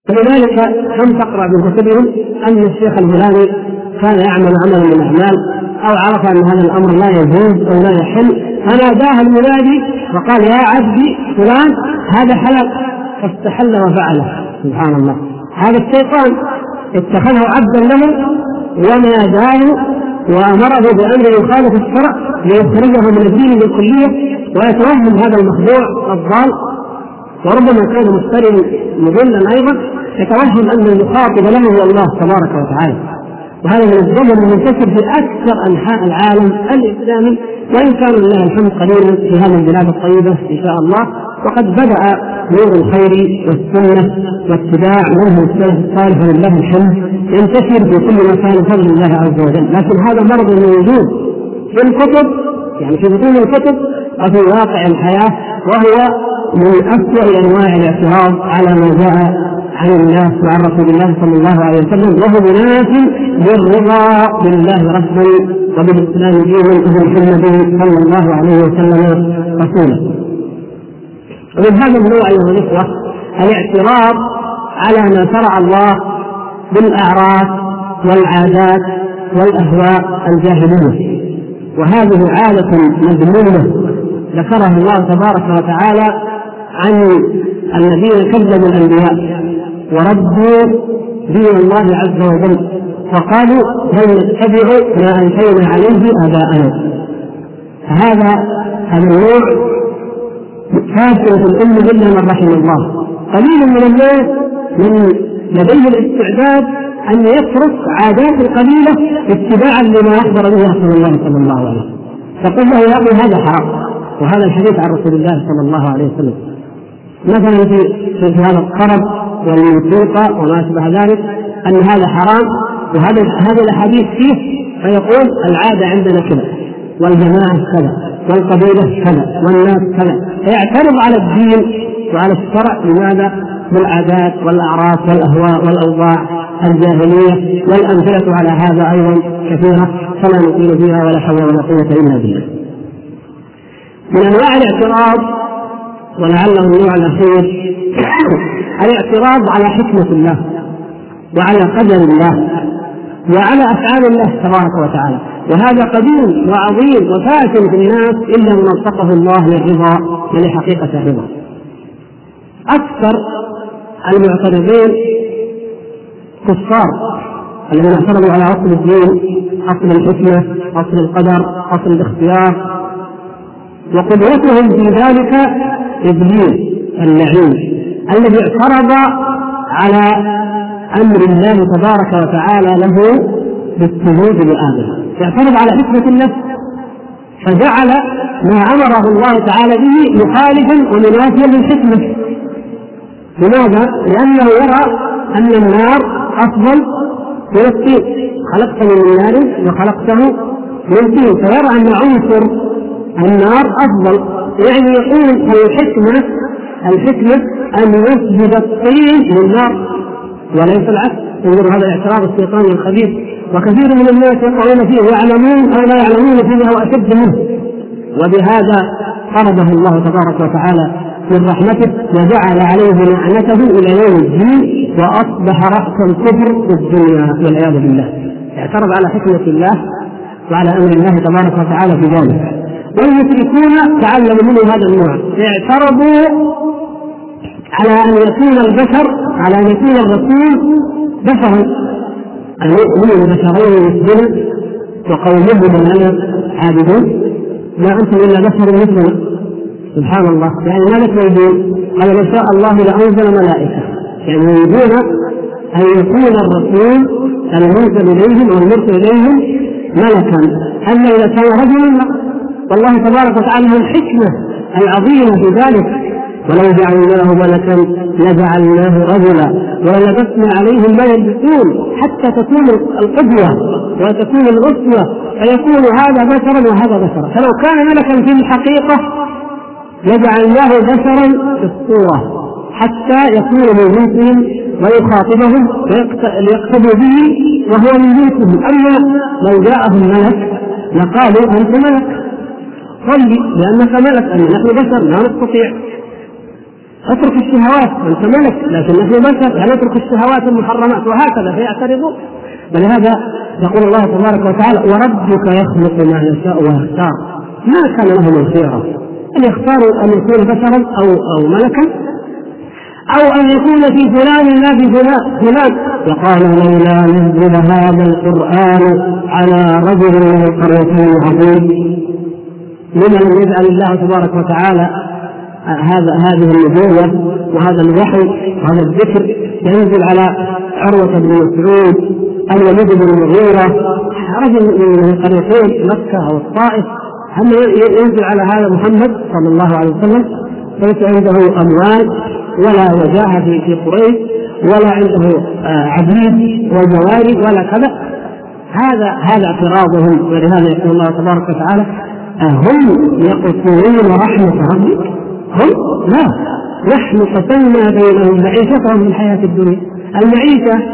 ولذلك لم تقرأ في كتبهم أن الشيخ الفلاني كان يعمل عملا من الأعمال أو عرف أن هذا الأمر لا يجوز أو لا يحل فناداه المنادي وقال يا عبدي فلان هذا حلال فاستحل وفعله. سبحان الله، هذا الشيطان اتخذه عبدا له وناداه وأمره بأمر يخالف الشرع ليخرجه من الدين بالكلية ويتوهم هذا المخدوع الضال، وربما كان مفتري مضلا أيضا يتوهم أن المخاطب له هو الله تبارك وتعالى. وهذا من الظلم المنتشر في أكثر أنحاء العالم الإسلامي، وإن كان لله الحمد قليلا في هذه البلاد الطيبة إن شاء الله. وقد بدأ نور الخير والسنة واتباع منهج السلف الصالح لله الحمد ينتشر في كل مكان بفضل الله عز وجل، لكن هذا مرض موجود في الكتب، يعني في بطون الكتب وفي واقع الحياة، وهو من أسوأ أنواع الاعتراض على ما جاء عن الناس وعن رسول الله صلى الله عليه وسلم، وهو منافي بالرضا بالله ربا وبالإسلام دينا وبمحمد صلى الله عليه وسلم رسولا. ومن هذا النوع أيها الإخوة الاعتراض على ما شرع الله بالأعراف والعادات والأهواء الجاهلية، وهذه عادة مذمومة ذكرها الله تبارك وتعالى عن الذين كذبوا الأنبياء وربوا دين الله عز وجل وقالوا بل نتبع ما ألفينا عليه آباءنا. هذا النوع كافر في الأمة إلا من رحم الله. قليل من الناس من لديه الاستعداد أن يترك عادات القبيلة اتباعا لما أخبر به رسول الله صلى الله عليه وسلم، فقل له يا أخي هذا حرام، وهذا الحديث عن رسول الله صلى الله عليه وسلم. مثلا في هذا الطرب والموسيقى وما شابه ذلك أن هذا حرام، وهذا الحديث فيه فيقول العادة عندنا كذا والجماعة كذا والقبيلة كذا والناس كذا، فيعترض على الدين وعلى الشرع. لماذا؟ بالعادات والأعراف والأهواء والأوضاع الجاهلية، والأمثلة على هذا أيضا كثيرة فلا نطيل فيها ولا حول ولا قوة إلا بالله. من أنواع الاعتراض ولعله النوع الأخير الاعتراض على حكمة الله وعلى قدر الله وعلى أفعال الله تبارك وتعالى، وهذا قديم وعظيم وفاتن في الناس إلا من وفقه الله للرضا ولحقيقة الرضا. أكثر المعترضين كفار الذين اعترضوا على أصل الدين، أصل الحكمة، أصل القدر، أصل الاختيار، وقدرتهم في ذلك إبليس اللعين الذي اعترض على أمر الله تبارك وتعالى له بالسجود لآدم، اعترض على حكمة النفس فجعل ما أمره الله تعالى به مخالفا ومنافيا للحكمة. لماذا؟ لأنه يرى أن النار أفضل من الطين، خلقته من نار وخلقته من طين، فيرى أن عنصر النار أفضل، يعني يقول الحكمة أن يسجد الطين للنار وليس العكس. انظروا هذا اعتراض الشيطان الخبيث، وكثير من الناس يقعون فيه يعلمون أو لا يعلمون فيه أو أشد منه، وبهذا طرده الله تبارك وتعالى من رحمته وجعل عليه لعنته إلى يوم الدين، وأصبح رأس الكفر في الدنيا والعياذ بالله. اعترض على حكمة الله وعلى أمر الله تبارك وتعالى في ذلك. والمشركون تعلموا منه هذا النوع، اعترضوا على أن يكون البشر، على أن يكون الرسول بشرا، أن يؤمنوا بشرين مثلنا وقومهم لنا عابدون، ما أنتم إلا بشر مثلنا. سبحان الله، يعني ماذا تريدون؟ قال لو شاء الله لأنزل ملائكة، يعني يريدون أن يكون الرسول المرسل إليهم والمرسل إليهم ملكا، أما إذا كان رجلا والله تبارك وتعالى له الحكمة العظيمة في ذلك، ولو جعلنا له ملكا لجعلناه رجلا وللبسنا عليهم ما يلبسون حتى تكون القدوة وتكون الأسوة، فيكون هذا بشرا وهذا بشرا. فلو كان ملكا في الحقيقة لجعلناه بشرا في الصورة حتى يكون من جنسهم ويخاطبهم ليقتدوا به وهو من جنسهم. أما لو جاءهم ملك لقالوا أنت ملك، صلي لأنك ملك، أن نحن بشر لا نستطيع. اترك الشهوات، انت ملك لكن نحن بشر، يعني اترك الشهوات المحرمات، وهكذا فيعترضون. ولهذا يقول الله تبارك وتعالى: وربك يخلق ما يشاء ويختار ما كان لهم الخيرة، أن يختاروا أن يكون بشرا أو ملكا، أو أن يكون في فلان لا في فلان. وقالوا لولا نزل هذا القرآن على رجل من القريتين عظيم. لما لم يجعل الله تبارك وتعالى هذه النبوة وهذا الوحي وهذا الذكر ينزل على عروة بن مسعود، الوليد بن المغيرة، رجل من القريتين مكة أو الطائف، هم ينزل على هذا محمد صلى الله عليه وسلم ليس عنده أموال ولا وجاهة في قريش ولا عنده عبيد وجواري ولا كذا. هذا اعتراضهم. ولهذا يقول الله تبارك وتعالى: هم يقتلون رحمة ربك؟ هم لا، نحن قسمنا بينهم معيشتهم في الحياة الدنيا. المعيشة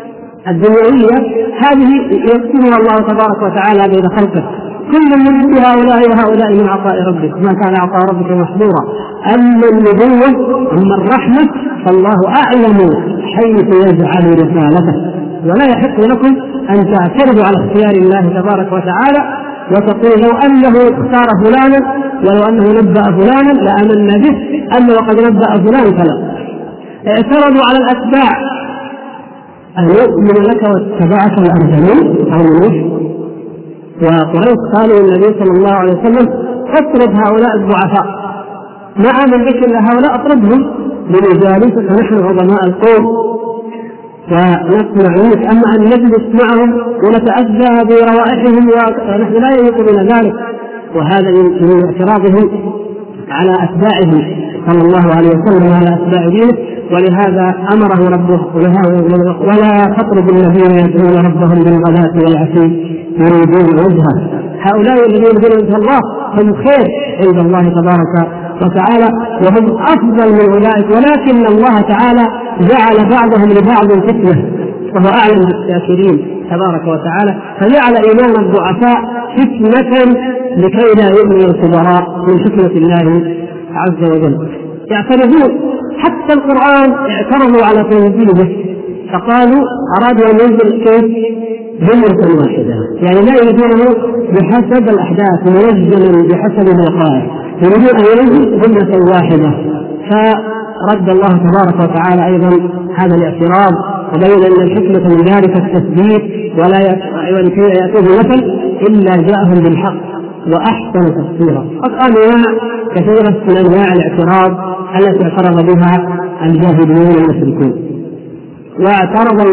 الدنيوية هذه يقسمها الله تبارك وتعالى بين خلقه، كل من هؤلاء وهؤلاء من عطاء ربك، ما كان عطاء ربك محظورا. أما النبوة أما الرحمة فالله أعلم حيث يجعل رسالته، ولا يحق لكم أن تعترضوا على اختيار الله تبارك وتعالى وتقول لو أنه اختار فلانا ولو أنه نبأ فلانا لآمنا به، أما وقد نبأ فلان فلا. اعترضوا على الأتباع: أن يؤمن لك واتبعك الأرذلون أو نوح. وقريش قالوا للنبي صلى الله عليه وسلم: اطرد هؤلاء الضعفاء، ما آمن بك إلا هؤلاء، اطردهم لنجالسك نحن عظماء القوم ونسمع منك، أما أن نجلس معهم ونتأذى بروائحهم ونحن لا يليق بنا ذلك. وهذا من اعتراضهم على أتباعه صلى الله عليه وسلم وعلى أتباع دينه. ولهذا أمره ربه: ولا تطرد الذين يدعون ربهم بالغداة والعشي يريدون وجهه. هؤلاء الذين يريدون وجه الله هم خير عند الله تبارك وتعالى وهم أفضل من أولئك، ولكن الله تعالى جعل بعضهم لبعض فتنة وهو أعلم بالشاكرين تبارك وتعالى، فجعل إيمان الضعفاء فتنة لكي لا يؤمن الكبراء من حكمة الله عز وجل. يعترضون حتى القرآن، اعترضوا على تنزيله فقالوا أرادوا أن ينزل كيف جملة واحدة، يعني لا يريدونه بحسب الأحداث منزلا بحسب الوقائع، يريدون أن ينزل جملة واحدة. فرد الله تبارك وتعالى أيضا هذا الاعتراض وبين أن الحكمة من ذلك التثبيت، ولا يأتون مثل إلا جاءهم بالحق وأحسن تفسيرا. أنواع كثيرة من أنواع الاعتراض التي اعترض بها الجاهلون المشركون. واعترض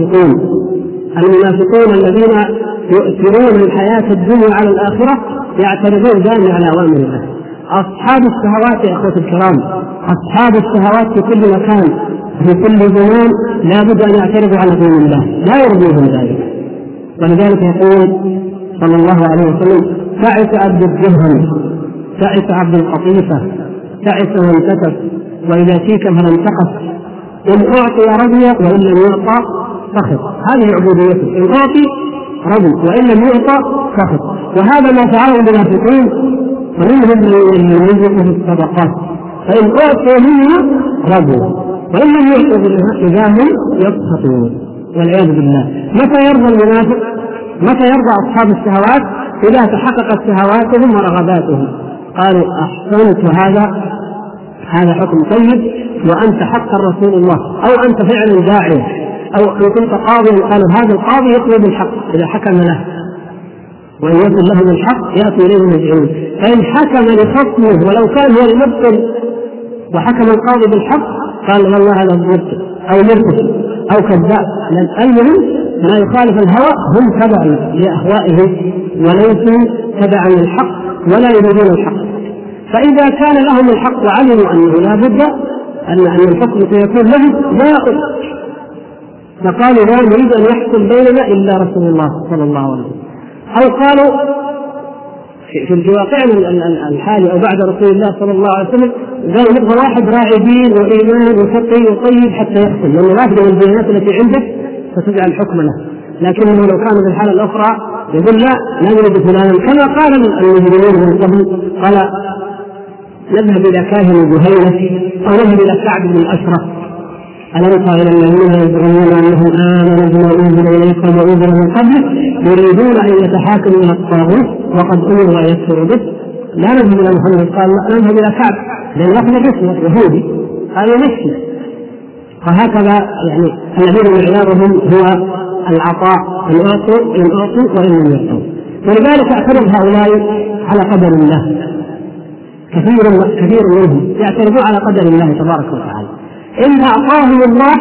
المنافقون الذين يؤثرون الحياة الدنيا على الآخرة، يعترضون دائما على أوامر الله. أصحاب الشهوات يا أخوة الكرام، أصحاب الشهوات في كل مكان في كل زمان لا بد أن يعترضوا على دين الله، لا يرضيهم ذلك. ولذلك يقول صلى الله عليه وسلم: تعس عبد الدرهم، تعس عبد القطيفة، تعس وانتكس، وإذا شيك فلم تقف، إن أعطي رضي وإن لم يعطى سخط. هذه عبوديته، إن أعطي رضي وإن لم يعطى سخط. وهذا ما فعله المنافقين، ومنهم من ينفق في الصدقات، فإن أعطوا منها رضوا وإن لم يعطوا إذا هم يسخطون والعياذ بالله. متى يرضى المنافق؟ متى يرضى أصحاب الشهوات؟ إذا تحققت شهواتهم ورغباتهم. قالوا: أحسنت، هذا حكم طيب، وأنت حق رسول الله، أو أنت فعلا داعية، أو أن كنت قاضيا. قالوا: هذا القاضي يقضي بالحق إذا حكم له، وإن يكن له بالحق يأتي إليه المجرمون. فإن حكم لخصمه ولو كان هو المبطل وحكم القاضي بالحق قال: والله هذا مبطل أو مرتشي أو كذاب. المهم ما يخالف الهوى هم تبع لأهوائه وليسوا تبعا للحق ولا يريدون الحق. فإذا كان لهم الحق وعلموا أنه لا بد أن الحكم سيكون لهم جاءوا فقالوا: لا نريد أن يحكم بيننا إلا رسول الله صلى الله عليه وسلم. أو قالوا في واقعنا الحالي أو بعد رسول الله صلى الله عليه وسلم قالوا: نبغى واحد راعي دين وإيمان وتقي وطيب حتى يحكم، لأن واحد من الديانات التي عنده ستجعل الحكم له. لكنه لو كان في الحالة الأخرى يقول: لا نريد فلانا، كما قال المجرمون من قبل. قال نذهب إلى كاهن جهينة أو نذهب إلى كعب بن الأشرف. ألم تر إلى الذين يزعمون أنهم آمنوا بما أنزل إليكم وأنزل من قبل يريدون أن يتحاكموا إلى الطاغوت وقد أمروا أن يكفروا به. لا نذهب إلى محمد، قال نذهب إلى كعب لأن لفظ اسمه يهودي قال يمشي. وهكذا يعني الذين معيارهم هو العطاء، أن أعطوا إن أعطوا وإن لم يعطوا. ولذلك اعترض هؤلاء على قدر الله، كثير منهم يعترضون على قدر الله تبارك وتعالى. إن أعطاهم الله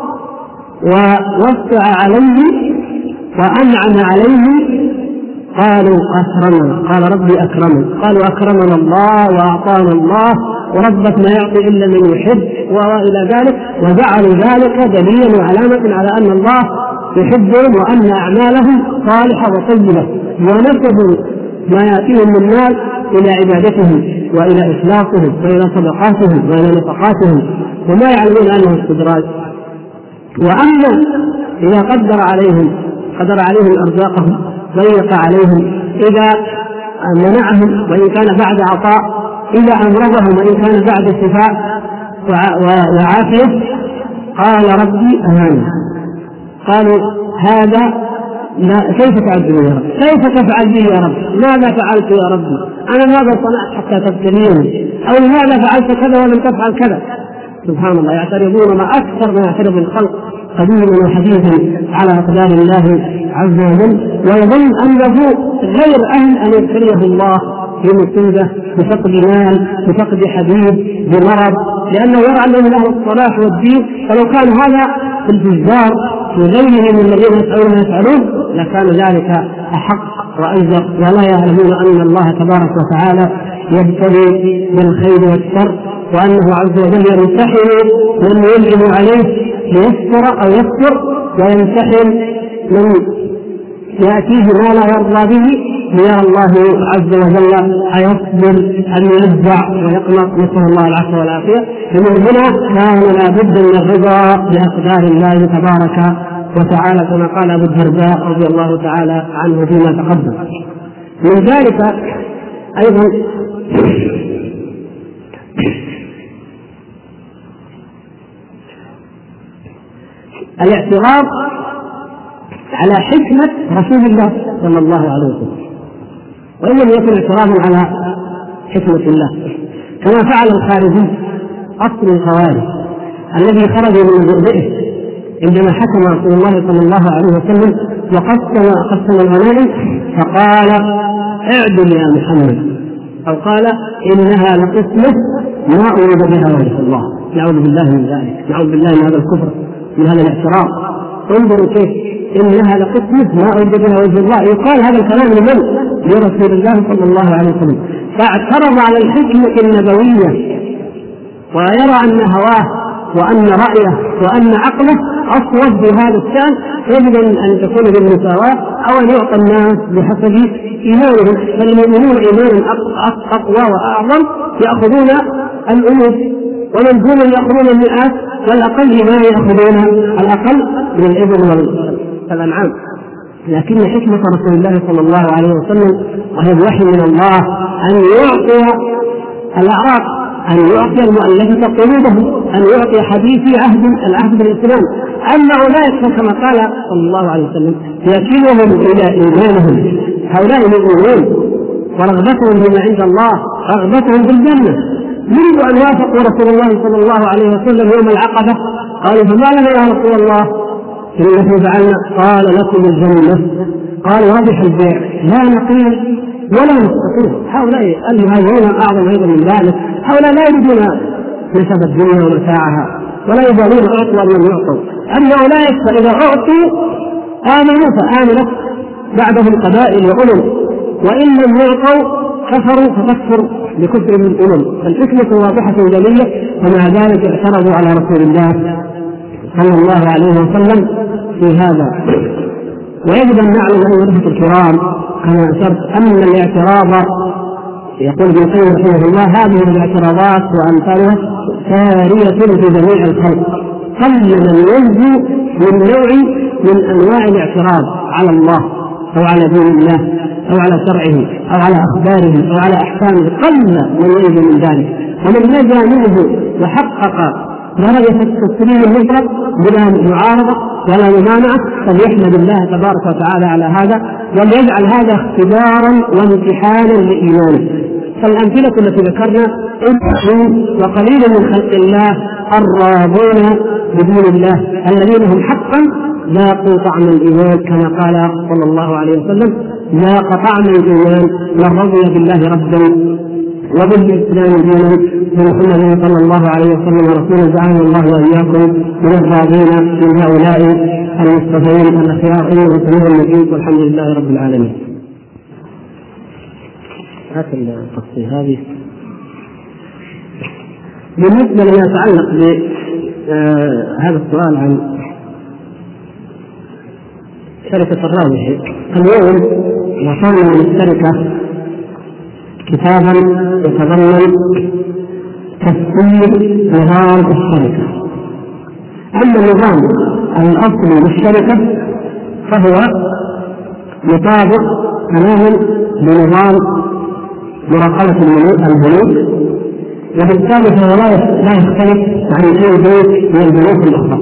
ووسع عليه وأنعم عليه قالوا أكرمنا، قال ربي أكرمنا، قالوا أكرمنا الله وأعطانا الله وربك ما يعطي إلا من يحب وإلى ذلك، وجعلوا ذلك دليلا وعلامة على أن الله يحبهم وأن أعمالهم صالحة وطيبة، ونسبوا ما يأتيهم من مال إلى عبادتهم وإلى إخلاصهم وإلى صدقاتهم وإلى نفقاتهم، وما يعلمون أنه استدراج. وأما إذا قدر عليهم أرزاقهم، ضيق عليهم، إذا منعهم وإن كان بعد عطاء، إذا أمرضهم وإن كان بعد شفاء وعافية، قال ربي أهانه. قالوا هذا كيف تعد يا رب؟ كيف تفعل بي يا رب؟ ماذا فعلت يا ربي؟ أنا ماذا صنعت حتى تبتليني؟ أو لماذا فعلت كذا ولم تفعل كذا؟ سبحان الله، يعترضون ما أكثر ما يعترض الخلق قديما وحديثا على أقدار الله عز وجل، ويظن أنه غير أهل أن يبتليه الله بمصيبة، بفقد مال، بفقد حبيب، بمرض، لأنه يرى أنه له الصلاح والدين. فلو كان هذا في الفجار وغيرهم من الذين يسألون يسألون لكان ذلك أحق وأنزق، ولا يعلمون أن الله تبارك وتعالى يبتلي بالخير والشر، وأنه عز وجل يمتحن من يلزم عليه ليستر أو يستر، ويمتحن من يأتيه ما لا يرضى به ليرى الله عز وجل أيصبر أن ينزع ويقنط، نسأل الله العفو والعافية. فمن هنا كان لا بد من الرضا بأقدار الله تبارك وتعالى كما قال أبو الدرداء رضي الله تعالى عنه فيما تقدم. من ذلك أيضا الاعتراض على حكمة رسول الله صلى الله عليه وسلم، وإن لم يكن اعتراضا على حكمة الله كما فعل الخارجي أصل الخوارج الذي خرج من ذرته عندما حكم رسول الله صلى الله عليه وسلم وقسم الغنائم فقال اعدل يا محمد، أو قال إنها لقسمة ما أريد بها وجه الله. نعوذ بالله من ذلك، نعوذ بالله من هذا الكفر، من هذا الاعتراض. انظروا كيف إنها لقسمة ما أريد بها وجه الله، يقال هذا الكلام لمن؟ لرسول الله صلى الله عليه وسلم. فاعترض على الحكمة النبوية ويرى أن هواه وأن رأيه وأن عقله أصوب بهذا الشأن، يجب أن تكون بالمساواة أو أن يعطى الناس بحسب إيمانهم. فالمؤمنون إيمانا أقوى وأعظم يأخذون الألوف، ومن دون يأخذون المئات، والأقل ما يأخذون الأقل من الإبل والأنعام. لكن حكمة رسول الله صلى الله عليه وسلم وهي الوحي من الله أن يعطي الأعراق، أن يعطي المؤلفة قلوبهم، أن يعطي حديثي العهد بالإسلام. أما أولئك كما قال صلى الله عليه وسلم يكلهم إلى إيمانهم، هؤلاء المؤمنون ورغبتهم بما عند الله، رغبتهم بالجنة، منذ أن وافقوا رسول الله صلى الله عليه وسلم يوم العقبة قالوا فما لنا يا رسول الله إنه فعلنا؟ قال لكم الجنة. قالوا ربح البيع، لا نقيل ولا نستطيع. هؤلاء المهاجرون أعظم أيضا من ذلك، هؤلاء لا يريدون نسب الدنيا ومتاعها ولا يبالون أعطوا أم لم يعطوا. أما أولئك فإذا أعطوا آمنوا فآمنت بعدهم قبائل وأمم، وإن لم يعطوا كفروا فتكفر بكفر من الأمم. فالحكمة واضحة جلية، ومع ذلك اعترضوا على رسول الله صلى الله عليه وسلم في هذا. ويجب أن نعلم أيها الأخوة الكرام كما أشرت أن الاعتراض يقول ابن القيم رحمه الله هذه الاعتراضات وأمثالها سارية في جميع الخلق، قل من ينجو من نوع من أنواع الاعتراض على الله أو على دين الله. أو على شرعه أو على أخباره أو على أحكامه، قل من يريد من ذلك. ومن نجا منه وحقق درجة التسليم المطلق بلا معارضة ولا ممانعة فليحمد الله تبارك وتعالى على هذا، وليجعل هذا اختبارا وامتحانا لإيمانه. فالأمثلة التي ذكرنا وقليل من خلق الله الراضون بدون الله الذين هم حقا ذاقوا طعم الإيمان، كما قال صلى الله عليه وسلم: ذاق طعم الإيمان من رضي بالله ربا وبالإسلام دينا ومحمد صلى الله عليه وسلم رسولا. جعلنا الله وإياكم من الراضين من هؤلاء المصطفين الأخيار إنه المجيد، والحمد لله رب العالمين. هذه بالنسبة لما يتعلق بهذا السؤال عن شركة الراوحي. اليوم وصلنا من الشركة كتابا يتضمن تفسير نظام الشركة. أما النظام الأصلي للشركة فهو مطابق تماما لنظام مراقبة البنوك، وبالتالي فهو لا يختلف عن أي بنك من البنوك الأخرى،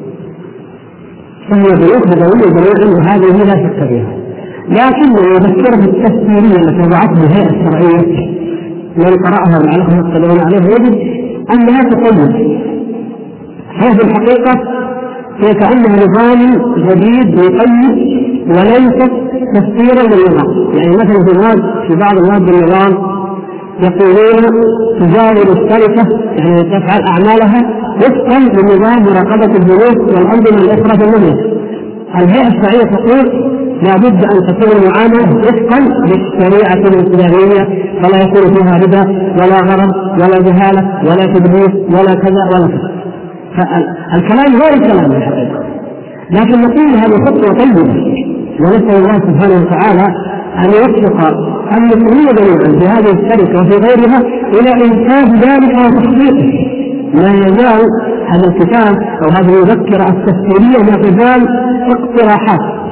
فهي بنوك بدوية بنوع هذه لا شك فيها. لكن المذكرة التفسيرية التي وضعتها الهيئة الشرعية من قرأها ولعلكم يطلعون عليها يجد أنها تقيد، هذه الحقيقة هي كأنها نظام جديد يقيد وليست تفسيرا للنظام. يعني مثلا في بعض المواد النظام يقولون تجاور الشركة يعني تفعل أعمالها وفقا لنظام مراقبة البنوك والأنظمة الأخرى في المملكة. الهيئة الشرعية تقول لا بد أن تكون المعاملة وفقا للشريعة الإسلامية، فلا يكون فيها ربا ولا غرض ولا جهالة ولا تدبير ولا كذا ولا كذا. فالكلام غير الكلام الحقيقة، لكن نقول هذه خطوة طيبة، ونسأل الله سبحانه وتعالى أن يوفق المسلمين جميعا في هذه الشركة وفي غيرها إلى إنفاذ ذلك وتحقيقه. لا يزال هذا الكتاب أو هذه المذكرة التفسيرية ما تزال اقتراحات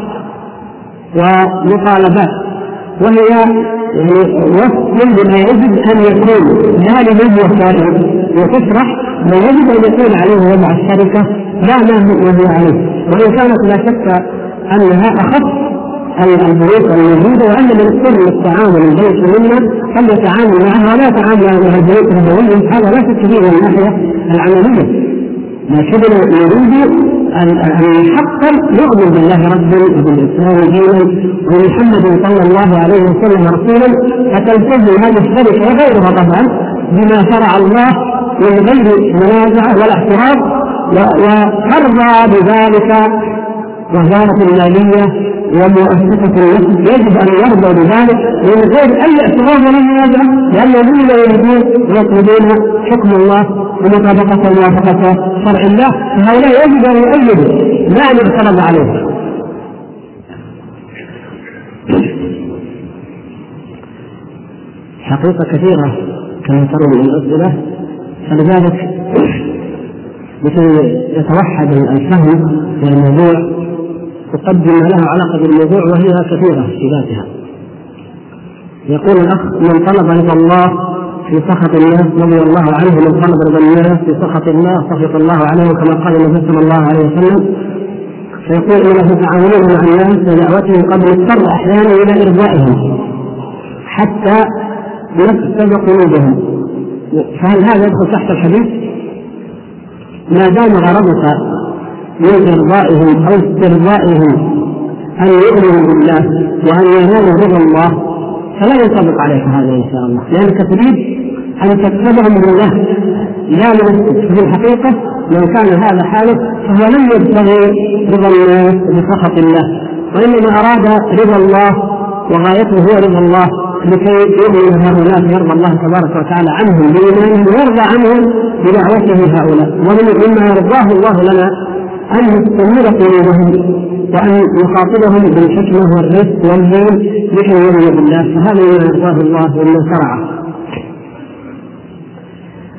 ومطالبات، وهي وصف بما يجب أن يكون لا لمن هو شارع، وتشرح ما يجب أن يكون عليه وضع الشركة لا ما هو عليه. وإن كانت لا شك أنها أخف البنوك الموجودة، وأن من اضطر للتعامل البنك منا فليتعامل معها ولا يتعامل مع البنوك الربوية، هذا لا شك فيه من الناحية العملية. لكن نريد أن حقا نؤمن بالله ربا وبالإسلام دينا ومحمد صلى الله عليه وسلم رسولا، فتلتزم هذه الشركة وغيرها طبعا بما شرع الله من غير منازعة ولا اعتراض، وترضى بذلك وزارة المالية ومؤسسة النفس يجب أن يرضى بذلك من غير أي اعتراض ولا منازعة، لأن الذين يريدون ويطلبون حكم الله ومطابقة وموافقة شرع الله فهؤلاء يجب أن يؤيدوا لا أن يعترض عليه. حقيقة كثيرة كما ترون من الأسئلة، فلذلك لكي يتوحد الفهم للموضوع تقدم له علاقة بالموضوع وهي كثيرة في ذاتها. يقول الأخ: من طلب رضا الله في سخط الناس رضي الله عنه، من طلب رضا الناس في سخط الله سخط الله عليه، كما قال النبي صلى الله عليه وسلم. فيقول إنهم يتعاملون مع الناس بدعوتهم قد اضطر أحيانا إلى إرضائهم حتى يفسد قلوبهم. فهل هذا يدخل تحت الحديث؟ ما دام غرضك من إرضائهم أو استرضائهم أن يؤمنوا بالله وأن ينالوا رضا الله فلا ينطبق عليك هذا إن شاء الله، لأنك تريد أن تكسبهم بالله لا لنفسك. في الحقيقة لو كان هذا حالك فهو لم يبتغي رضا الناس بسخط الله، وإنما أراد رضا الله وغايته هو رضا الله لكي يؤمن هؤلاء يرضى الله تبارك وتعالى عنهم بإيمانهم ويرضى عنهم بدعوته هؤلاء. ومما يرضاه الله لنا أن نستمر قلوبهم وأن نخاطبهم بالحكمة والرفق واللين لكي يؤمنوا بالله، فهذا ما يرضاه الله ومن شرعه.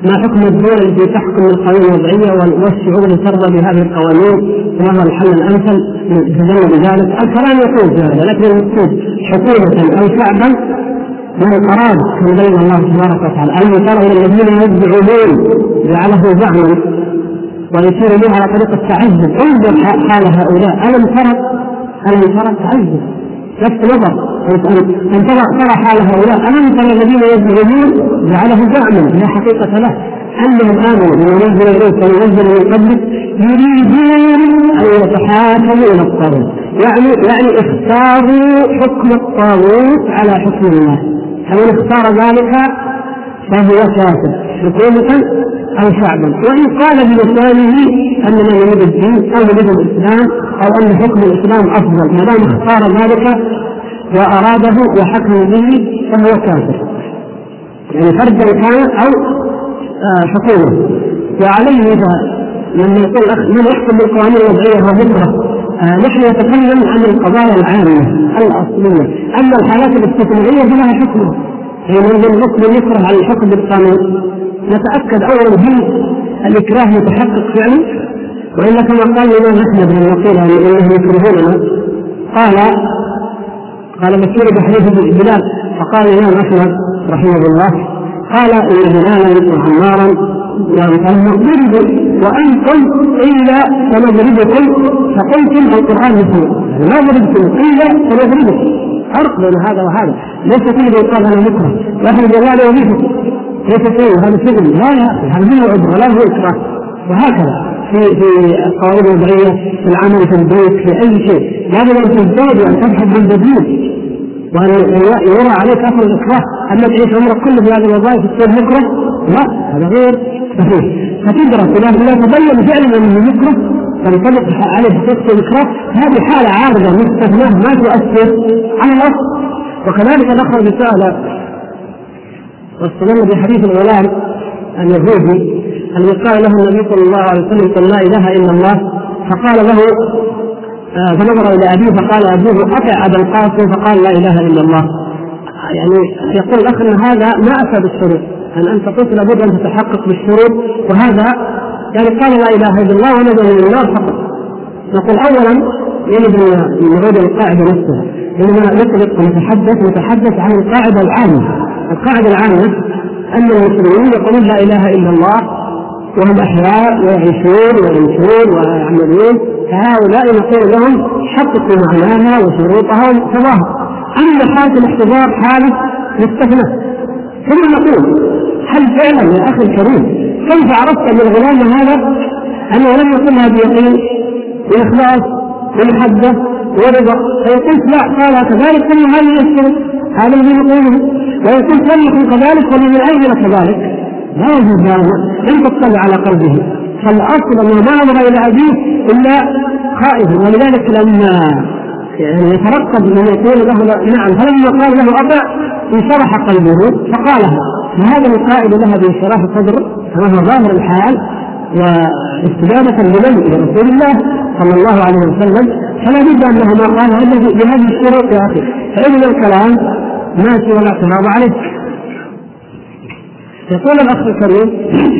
ما حكم الدول التي تحكم القوانين الوضعيه والشعوب اللي ترضى بهذه القوانين وما هو الحل الامثل لتجنب ذلك؟ الكلام يقول هذا، لكن المقصود حكومه او شعبا من أراد من بين الله تبارك وتعالى أن ترى إلى الذين يزعمون جعله زعما ويسير به على طريق التعذب. انظر حال هؤلاء، ألم ترى تعذب نفس نظر أن ترى حال هؤلاء، ألم ترى الذين يزعمون جعله زعما لا حقيقة له أنهم آمنوا بما نزل إليك وينزل من قبلك يريدون أن يتحاكموا إلى الطاغوت، يعني اختاروا حكم الطاغوت على حكم الله، فمن اختار ذلك فهو كافر حكومة أو شعبا، وإن قال بلسانه أننا نريد الدين أو نريد الإسلام أو أن حكم الإسلام أفضل، ما دام اختار ذلك وأراده وحكم به فهو كافر، يعني فردا كان أو حكومة. وعليه لما يقول من يحكم بالقوانين الوضعية هو مكره، نحن نتكلم عن القضايا العامة الأصلية، أما الحالات الاستثنائية فلها حكمة. حين المسلم يكره على الحكم بالقانون نتأكد أولا هل الإكراه متحقق فعلا، وإلا كما قال الإمام أحمد بن وقيل أنهم يكرهوننا، قال بشير بحديث بلال، فقال الإمام أحمد رحمه الله قال إن بلالا وعمارا ضربوا وأنتم إلا سنضربكم فقلتم القرآن مثله، لا ضربتم إلا سنضربكم. فرق بين هذا وهذا، ليس كل يقال أنا مكره لكن جلال وظيفته ليس شيء هذا شغل، لا هذا هو عذر ولا هو إكراه. وهكذا في القوانين الوضعية، في العمل في البيت، في أي شيء لابد أن تزداد وأن تبحث بالبديل وأن يرى عليك أثر الإكراه. أما تعيش عمرك كله في هذه الوظائف تصير مكره، لا هذا غير صحيح. فتدرس إذا تبين فعلا أنه مكره تنطبق عليه حقيقة الإكراه، هذه حالة عارضة مستثناة ما تؤثر على الأصل. وكذلك نقرأ رسالة واستدل بحديث الغلام اليهودي الذي قال له النبي صلى الله عليه وسلم قل لا إله إلا الله، فقال له فنظر إلى أبيه فقال أبوه أطع أبا القاسم، فقال لا إله إلا الله. يعني يقول الأخ أن هذا ما أتى بالشروط، أن أنت قلت لابد أن تتحقق بالشروط، وهذا يعني قال لا إله إلا الله ونزل من النار فقط. نقول أولا يجب أن نريد القاعدة نفسها، عندما نطلق نتحدث عن القاعدة العامة. القاعدة العامة أن المسلمين يقولون لا إله إلا الله وهم أحياء ويعيشون ويمشون ويعملون، فهؤلاء نقول لهم حققوا معناها وشروطها ومقتضاها. أما حالة الاحتضار حالة مستثنى. ثم نقول هل فعلا يا أخي الكريم كيف عرفت أن الغلام هذا أنه لم يقلها بيقين وإخلاص ومحبة ورضا؟ فيقول لا قال كذلك كل هذه الشروط، هذا الذي نقوله. ويقول لم يكن كذلك ومن أين كذلك؟ لا يجوز هذا، لم تطلع على قلبه. فالأصل أنه ما نظر إلى أبيه إلا خائفا، ولذلك لما يترقب من يقول له نعم فلما قال له أطع انشرح قلبه فقالها. فهذا القائد لها بانشراح الصدر كما هو ظاهر الحال واستجابة لمن لرسول الله صلى الله عليه وسلم، فلا بد أنه ما قالها إلا بهذه الشروط يا أخي، فإذن الكلام ماشي ولا اعتراض عليه. يقول الأخ الكريم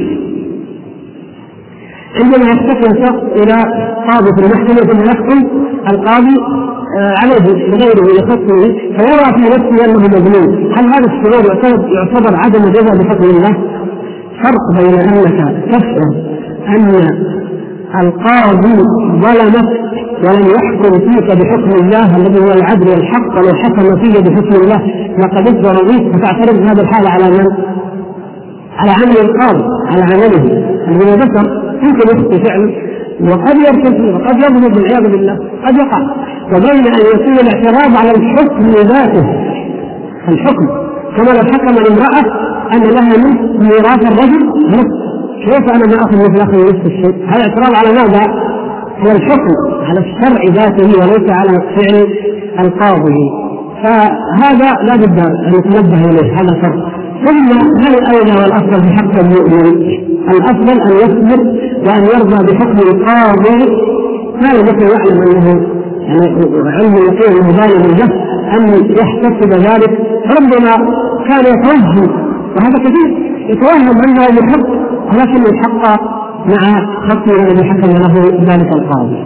عندما يحتكم شخص إلى قاضي في المحكمة ثم يحكم القاضي عليه بغيره يخصه فيرى في نفسه أنه مظلوم، هل هذا الشعور يعتبر عدم جزاء بحكم الله؟ فرق بين أنك تشعر أن القاضي ظلمك ولم يحكم فيك بحكم الله الذي هو العدل والحق، ولو حكم فيه بحكم الله لقد اصدر بك، فتعترض هذا الحال على من؟ على عمل القاضي، على عمله الذي ذكر يمكن يخطئ فعلا وقد يرتكب وقد يضرب والعياذ بالله قد يقع. وبين أن يكون الاعتراض على الحكم ذاته، الحكم كما لو حكم الامرأة أن لها نصف ميراث الرجل نصف، كيف أنا ما أخذ مثل أخذ نصف الشيء؟ هذا اعتراض على ماذا؟ على الحكم، على الشرع ذاته وليس على فعل القاضي. فهذا لا بد أن يتنبه إليه، هذا فرق. ثم هل الأولى والأفضل في حق المؤمن؟ الأفضل أن يصبر وأن يرضى بحكم القاضي، ما يمكن يعلم أنه يعني علم يقين مبالغ له أن يحتسب ذلك، ربما كان يتوهم وهذا كثير يتوهم أنه محق، ولكن الحق مع خصم الذي حكم له ذلك القاضي.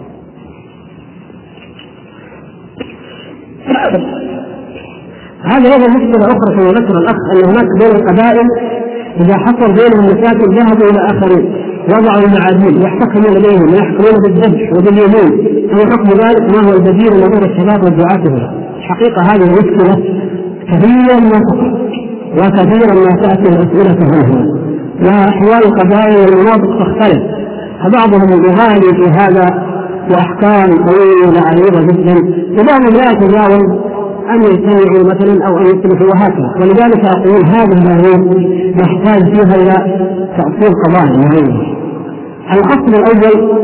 هذا أيضا مشكلة أخرى كما ذكر الأخ، أن هناك بين القبائل إذا حصل بينهم مشاكل ذهبوا إلى آخرين وضعوا المعادين يحتكمون إليهم ويحكمون بالذبح وباليمين، وحكم ذلك ما هو البديل لأمور الشباب والدعاة بها. حقيقة هذه مشكلة كثيرا ما تقع وكثيرا ما تأتي الأسئلة عنها، وأحوال القبائل والمناطق تختلف، فبعضهم يغالي في هذا وأحكام طويلة عريضة جدا، وبعضهم لا يتجاوز أن يجتمعوا مثلا أو أن يصلحوا وهكذا. ولذلك أقول هذه الأمور نحتاج فيها إلى تأصيل قضايا معينة. الأصل الأول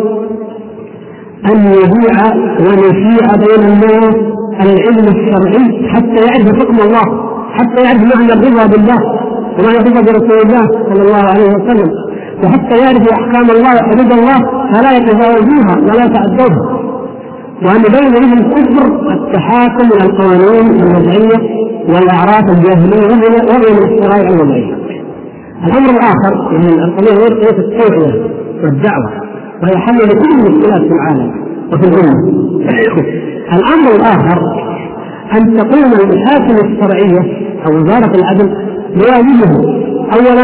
أن يبيع ونشيع بين الناس العلم الشرعي حتى يعرف حكم الله، حتى يعرف معنى الرضا بالله ومعنى الرضا برسول الله صلى الله عليه وسلم، وحتى يعرف أحكام الله وحدود الله فلا يتجاوزوها ولا يتعدوها، وأن بين لهم كفر التحاكم إلى القوانين الوضعية والأعراف الجاهلية وغير الشرائع الوضعية. الأمر الآخر يعني القضية غير قضية التوعية والدعوة، وهي حل لكل المشكلات في العالم وفي الأمة. الأمر الآخر أن تقوم المحاكم الشرعية أو وزارة العدل بواجبه أولا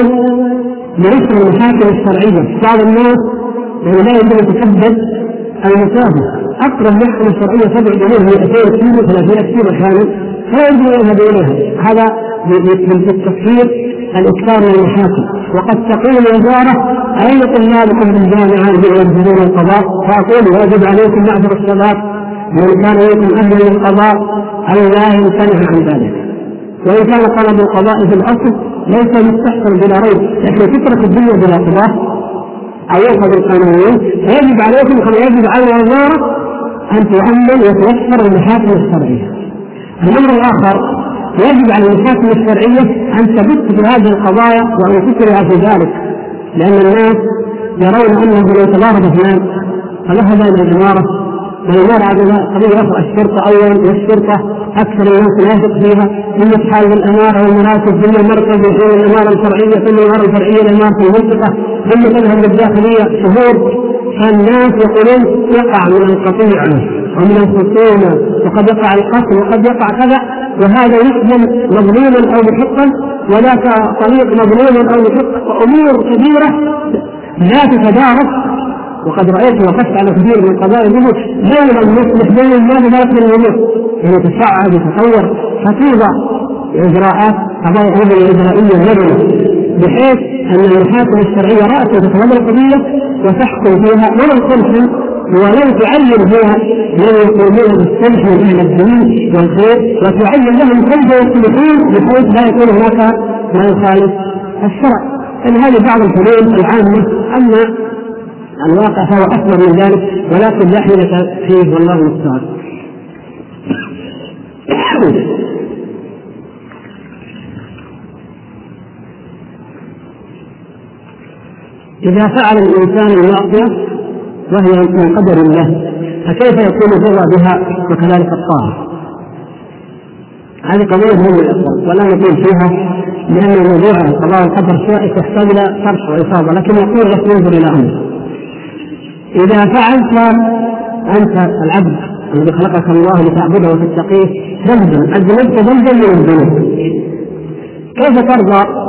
برسم المحاكم الشرعية. بعض الناس لا يجب أن تسدد المسافة، أقرب محكمة شرعية 7 جنيه 200 كيلو 30 كيلو أحيانا، فلا يجب أن يذهب إليها. هذا بالتفكير الإكثار من المحاكم. وقد تقول الوزارة أين طلابكم في الجامعة ينزلون القضاء؟ فأقول واجب عليكم معشر الشباب من كان منكم أهلا للقضاء أن لا يمتنع عن ذلك. وإن كان طلب القضاء في الأصل ليس مستحسن بلا ريب، لكن تترك الدنيا بلا قضاء أو ينقض القانونيين، فيجب عليكم كما يجب على الوزارة أن تؤمن وتوفر المحاكم الشرعية. الأمر الآخر يجب على المحاكم الشرعية أن تبث في هذه القضايا وأن تسرع في ذلك، لأن الناس يرون أنه لو تضارب اثنان فذهب إلى الإمارة والإمارة قضية أخرى الشرطة أولا، والشرطة أكثر الناس لا يثق فيها، ثم تحال الإمارة والمراكز، ثم المركز يحول الإمارة الفرعية، ثم الإمارة الفرعية الإمارة المنطقة، ثم تذهب للداخلية شهور. فالناس يقولون يقع من القطيعة ومن الخصومة وقد يقع القتل وقد يقع كذا، وهذا يحمل مظلوما أو محقا وذاك طريق مظلوما أو محقا، وأمور كبيرة لا تتدارك. وقد رأيت وقفت على كثير من قضايا الموت بين المصلح بين الناس ذات الموت، يعني تشعب يتطور حفيظة إجراءات قضايا هذه الإجرائية لبنة، بحيث أن المحاكم الشرعية رأسا تتولى القضية وتحكم فيها ولو صلحا ولو تعين فيها من يقومون بالصلح من الدين والخير، وتعين لهم كيف يصلحون بحيث لا يكون هناك ما يخالف الشرع. إن هذه بعض الحلول العامة، أما الواقع فهو أكبر من ذلك، ولكن لا حيلة فيه والله المستعان. إذا فعل الإنسان المعصية وهي من قدر الله فكيف يكون الرضا بها وكذلك الطاعة؟ هذه قضية مهمة الأصل ولا نقول فيها، لأن موضوع القضاء والقدر شيء تحتاج إلى شرح وإفاضة، لكن يقول لك ينظر إلى أمر. إذا فعلت أنت العبد الذي خلقك الله لتعبده وتتقيه ذنبا أذنبت ذنبا من الذنوب، كيف ترضى؟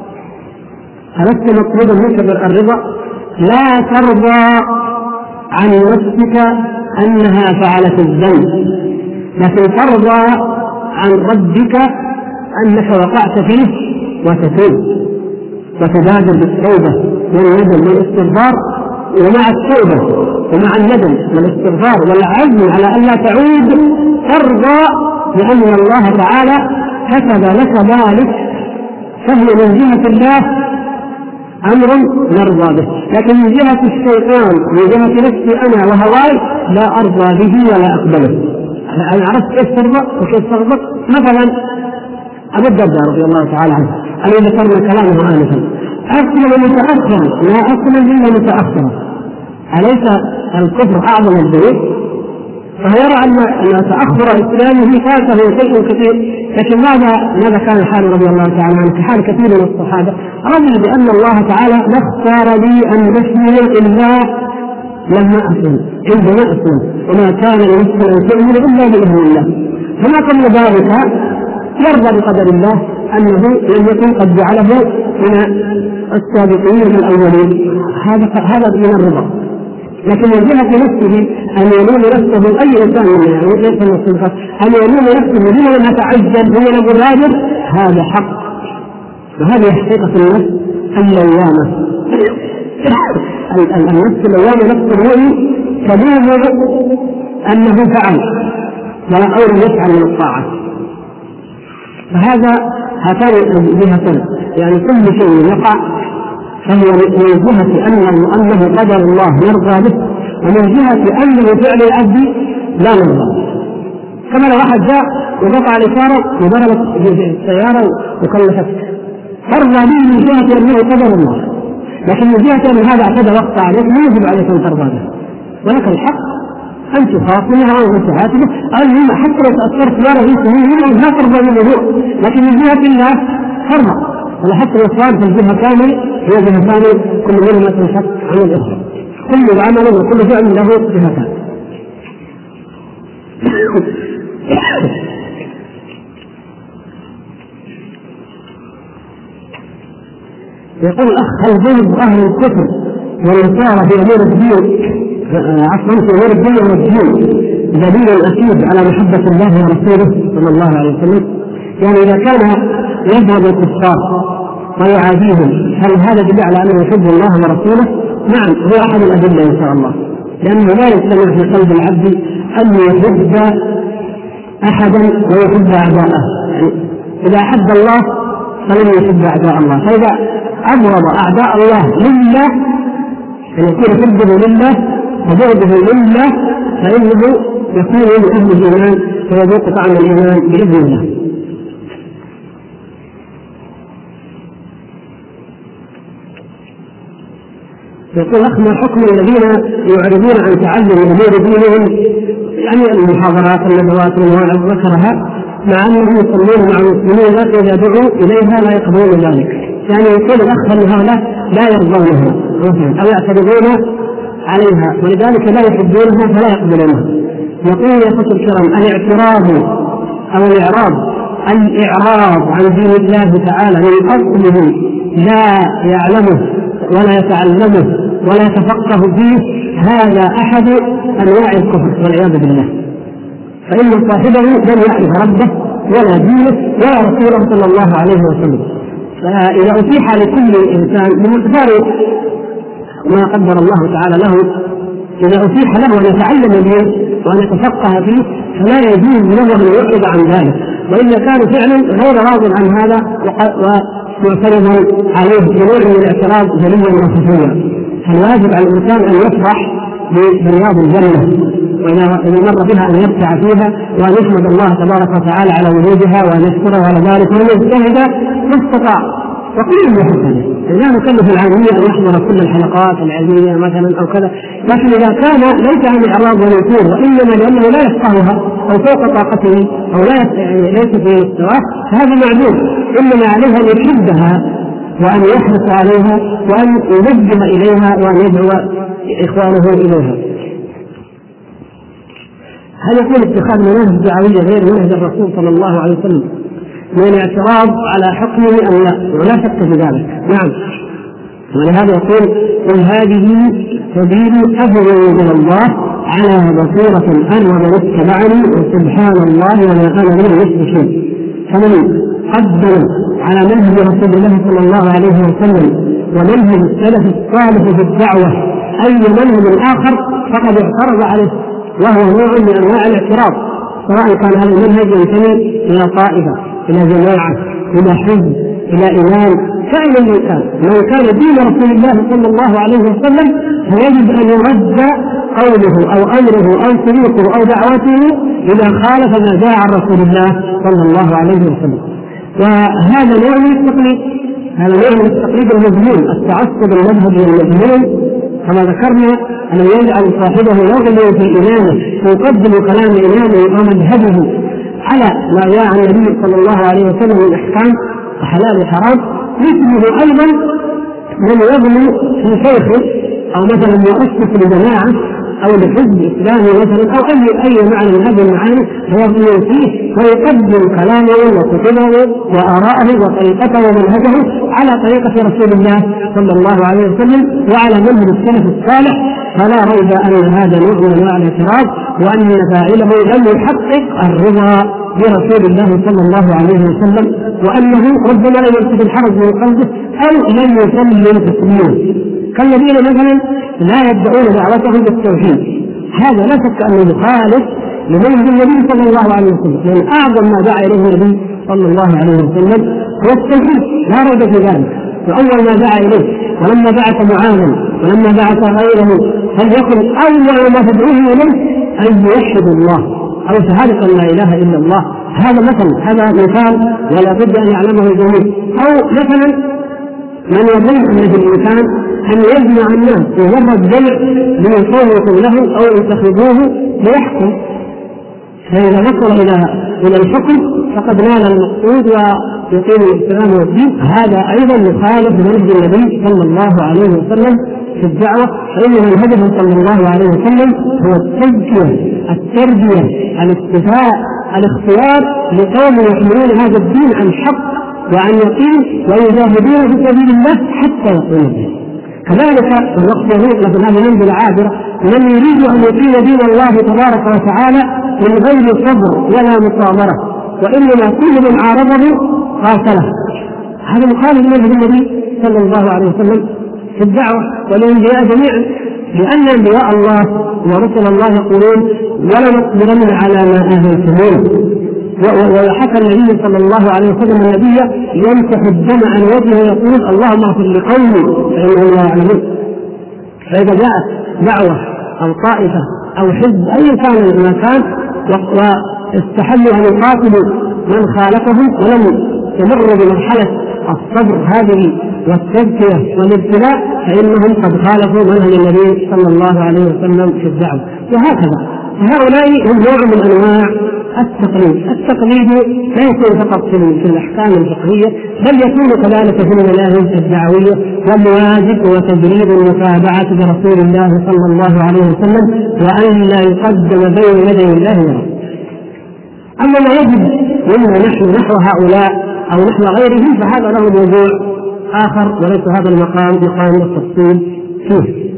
ألست مطلوبا منك الرضا؟ لا ترضى عن نفسك أنها فعلت الذنب، لكن ترضى عن ربك أنك وقعت فيه وتتوب وتبادر بالتوبة والندم والاستغفار. ومع التوبة ومع الندم والاستغفار والعزم على أن لا تعود ترضى بأن الله تعالى كتب لك ذلك، فهو من جهة الله أمر نرضى به، لكن من جهة الشيطان من جهة نفسي أنا وهواي لا أرضى به ولا أقبله. أنا عرفت كيف ترضى وكيف تغضب. مثلا أبو الدرداء رضي الله تعالى عنه الذي ذكرنا كلامه آنفا، أسلم متأخرا لا أسلم إلا متأخرا، أليس الكفر أعظم الذنوب؟ فهو يرى أن تأخر إسلامه فاته شيء كثير، لكن ماذا كان حال رضي الله تعالى عنه كحال كثير من الصحابة؟ رضي بأن الله تعالى لا اختار لي أن أسلم إلا لما أسلم عندما أسلم، وما كان لنفس أن تؤمن إلا بإذن الله. فما قبل ذلك يرضى بقدر الله أنه لم يكن قد جعله من السابقين الأولين، هذا من الرضا. لكن من جهة نفسه أن يلوم نفسه أي إنسان يعني ليس نفسه أن يلوم نفسه لما لم يتعجل هو لم يبادر، هذا حق، وهذه حقيقة النفس اللوامة. النفس اللوامة نفس الرؤي تلوم أنه فعل أو لم يفعل من الطاعة. هاتان الجهتين، يعني كل شيء يقع فهو من جهة أنه قدر الله يرضى به، ومن جهة أنه فعل العبد لا نرضى. كما لو واحد جاء وقطع الإشارة وضربت السيارة وكلفت، ترضى به من جهة أنه قدر الله، لكن من جهة أن هذا اعتدى وقت عليك لا يجب عليك أن ترضى به، ولك الحق أن تخاصمها أو تعاتبه أو حتى لو تأثرت مرة في سنين لا ترضى بالموضوع، لكن من جهة الله ترضى. ولاحظت الإصرار في الجهة كامل هي جهتان كل منهما تنشق عن الإخرى، كل عمل وكل فعل له جهتان. يقول الأخ: هل ظلم أهل الكفر والنصارى في أمور الدين عفوا في أمور الدين والدين دليل أكيد على محبة الله ورسوله صلى الله عليه وسلم؟ يعني إذا كان يذهب الكفار ويعاديهم هل هذا دليل على أنه يحب الله ورسوله؟ نعم، هو أحد الأدلة إن شاء الله، لأنه لا يستمع في قلب العبد أن يحب أحدا ويحب أعداءه. يعني إذا أحب الله فلن يحب أعداء الله، فإذا أبغض أعداء الله لله أن يكون حبه لله وبغضه لله فإنه يكون من أهل الإيمان ويذوق طعم الإيمان بإذن الله. يقول: أخ، ما حكم الذين يعرضون عن تعلم أمور دينهم، يعني المحاضرات الندوات المواعظ ذكرها، مع أنهم يصلون مع المسلمين إذا دعوا إليها لا يقبلون ذلك؟ يعني يقول الأخ أن هؤلاء لا يرضونها أو يعترضون عليها ولذلك لا يحبونها فلا يقبلونها. يقول يا أخوة الكرام: الإعراض عن دين الله تعالى من أصله لا يعلمه ولا يتعلمه ولا يتفقه فيه، هذا أحد أنواع الكفر والعياذ بالله، فإن صاحبه لم يعرف ربه ولا دينه ولا رسوله صلى الله عليه وسلم. فإذا أتيح لكل إنسان بمقدار ما قدر الله تعالى له، إذا أتيح له أن يتعلم دينه وأن يتفقه فيه فلا يجوز له أن يعرض عن ذلك، وإذا كان فعلا غير راض عن هذا معترضا عليه بنوع من الاعتراض جليا وخفيا، فالواجب على الإنسان أن يفرح برياض الجنة وإذا مر بها أن يبتع فيها وأن يحمد الله تبارك وتعالى على وجودها وأن يشكره على ذلك وأن يجتهد ما استطاع. وكل محسن لا نكلف العالمية أن يحضر كل الحلقات العلمية مثلا أو كذا، لكن إذا كان ليس عن إعراض ونفور وإنما لأنه لا يفقهها أو فوق طاقته أو ليس في مستواه فهذا معذور، إنما عليه أن يحبها وأن يحرص عليها وأن ينبه إليها وأن يدعو إخوانه إليها. هل يكون اتخاذ مناهج دعوية غير منهج الرسول صلى الله عليه وسلم من الاعتراض على حكمه أم لا؟ ولا شك في ذلك، نعم. ولهذا يقول: قل هذه سبيل أدعو إلى الله على بصيرة أنا ومن اتبعني وسبحان الله وما أنا من المشركين. فمن قدم على منهج رسول الله صلى الله عليه وسلم ومنهج السلف الصالح في الدعوة أي منهج آخر فقد اعترض عليه، وهو نوع من أنواع الاعتراض، سواء كان هذا المنهج ينتمي إلى طائفة إلى جماعة إلى حزب إلى إمام كائنا من كان. من كان دين رسول الله صلى الله عليه وسلم فيجب أن يرد قوله أو أمره أو سلوكه أو دعوته إذا خالف ما جاء عن رسول الله صلى الله عليه وسلم. وهذا نوع من التقليد، هذا نوع من التقليد المذموم، التعصب المذهبي المذموم، كما ذكرنا أن يجعل صاحبه يغلو في إمامه ويقدم كلام إمامه ومذهبه على ما جاء عن النبي صلى الله عليه وسلم من أحكام وحلال وحرام، مثله أيضا من يغلو في شيخه أو مثلا يؤسس لجماعة أو لحزب إسلامي مثلا أو أي معنى من هذه المعاني فيغلو فيه ويقدم كلامه وكتبه وآراءه وطريقته ومنهجه على طريقة رسول الله صلى الله عليه وسلم وعلى منهج السلف الصالح، فلا ريب أن هذا نوع من أنواع الاعتراض، وأن فاعله لم يحقق الرضا برسول الله صلى الله عليه وسلم، وأنه ربما لم يكتب الحرج من قلبه أو لم يسلم تسليما، كالذين مثلا لا يدعون دعوتهم بالتوحيد. هذا لا شك أنه مخالف لمنهج النبي صلى الله عليه وسلم، لأن أعظم ما دعا إليه النبي صلى الله عليه وسلم هو التوحيد، لا ريب في ذلك. وأول ما دعا إليه ولما بعث معاذا ولما بعث غيره فليكن أول ما تدعوه إليه أن يوحد الله أو شهادة أن لا إله إلا الله. هذا مثال ولا بد أن يعلمه الجميع. أو مثلا من يظن أن الإنسان أن يجمع الناس مجرد بيع ليصوتوا له أو يتخذوه ليحكم، فإذا وصل إلى الحكم فقد نال المقصود ويقيم الإسلام والدين. هذا أيضا مخالف لمنهج النبي صلى الله عليه وسلم في الدعوة، فإن منهجه صلى الله عليه وسلم هو التزكية، التربية، الاختيار لقوم يحملون هذا الدين عن حق وعن يقين ويجاهدون في سبيل الله حتى يقوموا به. كذلك في الوقت يموت مثل هذه المنزلة عابرة، من يريد أن يقيم دين الله تبارك وتعالى من غير صبر ولا مصابرة، وإنما كل من عارضه قاتله. هذا مخالف لمنهج النبي صلى الله عليه وسلم في الدعوة والأنبياء جميعا، لأن أنبياء الله ورسل الله يقولون ولنصبرن على ما آذيتمونا. وحكى النبي صلى الله عليه وسلم النبي يمسح الدم عن وجهه يقول اللهم اغفر لقومي فإنهم لا يعلمون. فإذا جاءت دعوة أو طائفة أو حزب أي كان المكان واستحلوا أن يقاتلوا من خالفهم ولم يمروا بمرحلة الصبر هذه والتزكية والابتلاء فإنهم قد خالفوا منهج النبي صلى الله عليه وسلم في الدعوة. وهكذا هؤلاء هم نوع من أنواع التقليد لا يكون فقط في الأحكام الفقهية، بل يكون كذلك في المناهج الدعوية، والواجب وتجريد المتابعة برسول الله صلى الله عليه وسلم، وأن لا يقدم بين يدي الله ورسوله. أما ما يجب منا نحن نحو هؤلاء أو نحو غيرهم فهذا له موضوع آخر وليس هذا مقام التفصيل فيه.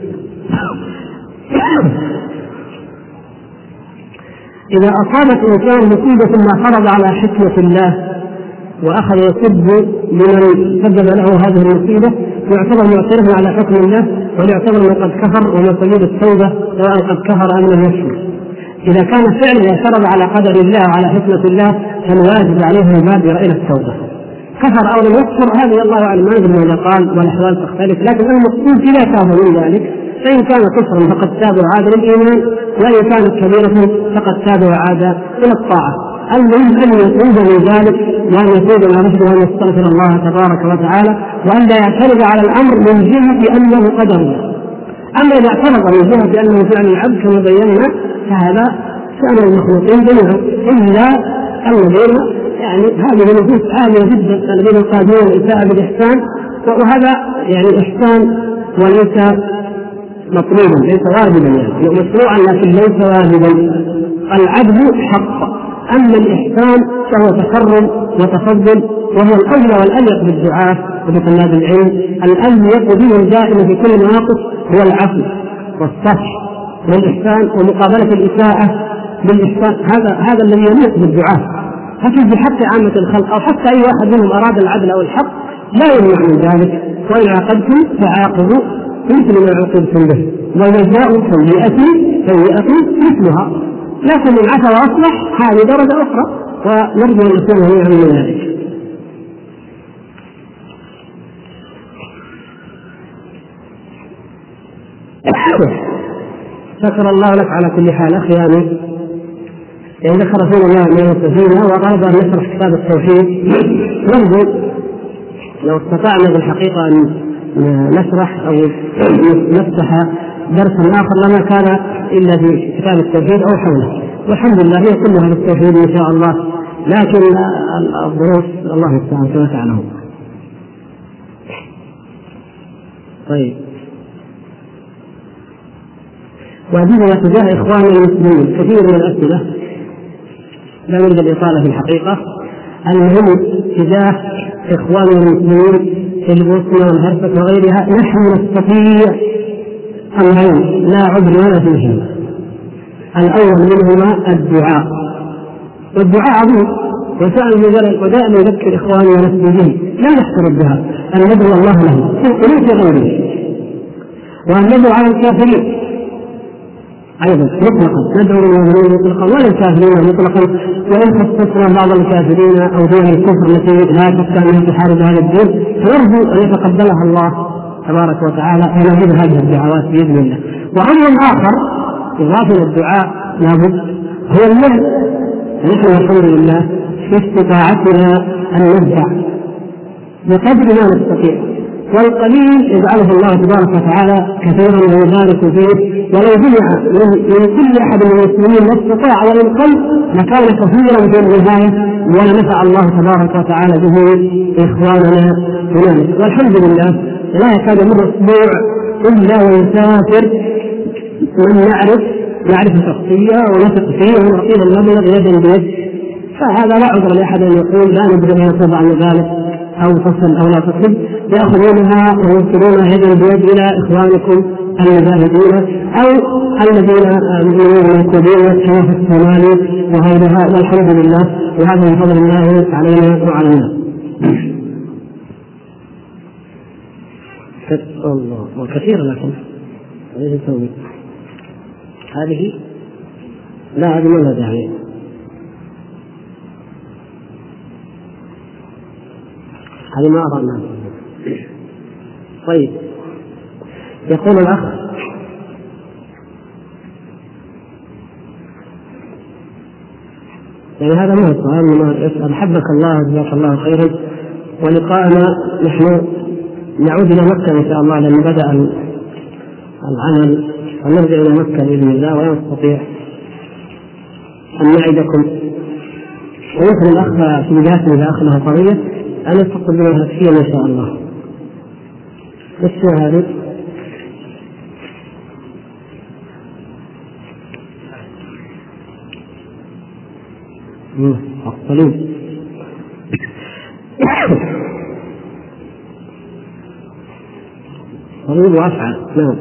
إذا أصابت إنسان مصيبة ما فرض على حكمة الله وأخذ يسب لمن سبب له هذه المصيبة يعتبر معترف على حكم الله، ويعتبر من قد كفر ومن سبيل التوبة سواء قد كفر أم لم يكفر. إذا كان فعلا يعترض على قدر الله وعلى حكمة الله فالواجب عليه المبادرة إلى التوبة. كفر أو لم يكفر هذه الله أعلم، ما ندري ماذا قال والأحوال تختلف، لكن المقصود إذا تاب من ذلك فإن كان كفرا فقد تاب وعاد للإيمان، وإن كانت كبيرة فقد تاب وعاد إلى الطاعة. المهم أن يتوب من ذلك وأن يتوب إلى رشده وأن يستغفر الله تبارك وتعالى، وأن لا يعترض على الأمر من جهة أنه قدر الله. أما إذا اعترض من جهة أنه فعل العبد كما بينا فهذا شأن المخلوقين جميعا، إلا الذين يعني هذه النفوس عالية جدا الذين قادرون الإساءة بالإحسان، وهذا يعني إحسان وليس مطلوبا ليس واجبا، يعني مشروعا لكن ليس واجبا. العدل حق، أما الإحسان فهو تكرم وتفضل، وهو الأولى والأليق بالدعاء وبطلاب العلم. الأليق بهم دائما في كل مواقف هو العفو والصفح والإحسان ومقابلة الإساءة بالإحسان، هذا الذي يليق بالدعاء. لكن بحق عامة الخلق أو حتى أي واحد منهم أراد العدل أو الحق لا يمنع من ذلك، وإن عاقبتم فعاقبوا مثل ما عوقبتم به، وجزاء سيئة مثلها. لكن من عفا وأصلح هذه درجة أخرى، ونرجو أن نكون جميعا من ذلك. شكر الله لك على كل حال أخي. يعني ذكر فينا الله من المستفيدين وأراد أن نشرح كتاب التوحيد. نرجو لو استطعنا بالحقيقة أن نشرح أو نفتح درسا آخر لما كان إلا في كتاب التوحيد أو حوله، والحمد لله هي كلها بالتوحيد إن شاء الله. لكن الظروف الله المستعان كما تعلمون. طيب، وهذه تجاه إخوان المسلمين كثير من الأسئلة لا نريد الإطالة في الحقيقة. المهم تجاه إخوان المسلمين في البوسنة والهرسك وغيرها نحن نستطيع أمرين لا عذر ولا فيهما. الأول منهما الدعاء، والدعاء عظيم ودائما يذكر إخواني ونفسي به لا نحترم بها أن ندعو الله له وليس غيره، وأن ندعو على الكافرين أيضا مطلقا، ندعو للمؤمنين مطلقا ولا الكافرين مطلقا، وإن خصصنا بعض الكافرين أو دون الكفر التي لا شك أنها تحارب هذا الدين فنرجو أن يتقبلها الله تبارك وتعالى ونجيب هذه الدعوات بإذن الله. وأمر آخر إضافة الدعاء لابد هو المهل. نحن الحمد لله في استطاعتنا أن نرجع بقدر ما نستطيع، والقليل يجعله الله تبارك وتعالى كثيرا ويبارك فيه، ولو جمع من كل أحد من المسلمين ما استطاع وإن قل لكان كثيرا في النهاية، ونفع الله تبارك وتعالى به إخواننا هنالك. والحمد لله لا يكاد يمر أسبوع إلا ويسافر من يعرف شخصية ونثق فيه ونعطيه المبلغ يدا بيد، فهذا لا عذر لأحد أن يقول لا ندري أن يطلب عن ذلك أو تصل أو لا تصل، يأخذونها ويوصلونها يدا بيد إلى إخوانكم المجاهدين أو الذين يكونون كما في الصومال وغيرها، والحمد لله، وهذا من فضل الله علينا وعلى الناس. الله وكثير لكن ايش نسوي؟ هذه لا هذه ما لها داعي، هذه ما أرى الناس. طيب، يقول الأخ يعني هذا ما هو السؤال، يسأل حبك الله جزاك الله خيرا، ولقاءنا نحن نعود إلى مكة إن شاء الله لأن بدأ العمل، ونرجع إلى مكة بإذن الله ولا نستطيع أن نعدكم. ويمكن الأخ في بداية إذا أخذها طرية أن يستقبلها هاتفيا إن شاء الله. وش هذه؟ الصليب. صليب وأفعل. نعم.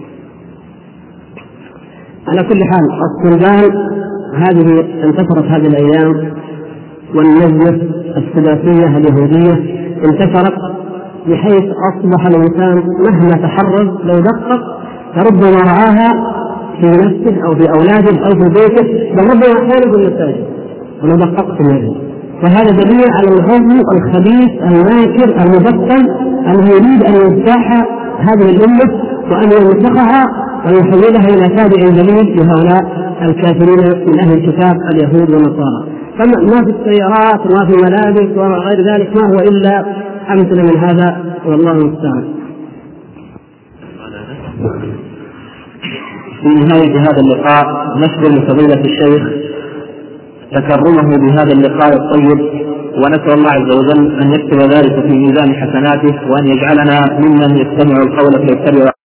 على كل حال الصلبان هذه انتشرت هذه الأيام، والنجمة الثلاثية اليهودية انتشرت بحيث أصبح الإنسان مهما تحرز لو دقق فربما رعاها في نفسه أو في أولاده أو في بيته، بل ربما أحيانا في المساجد ولو دققت منه. وهذا دليل على الغزو الخبيث الماكر المبطل أنه يريد أن يجتاح هذه الأمة وأن يمسخها ويحولها إلى تابع دليل لهؤلاء الكافرين من أهل الكتاب اليهود والنصارى. فما في السيارات وما في ملابس وما غير ذلك ما هو إلا أمثلة من هذا، والله المستعان. في نهاية هذا اللقاء نشكر لفضيلة الشيخ تكرمه بهذا اللقاء الطيب، ونسأل الله عز وجل أن يكتب ذلك في ميزان حسناته، وأن يجعلنا ممن يستمع القول فيتبع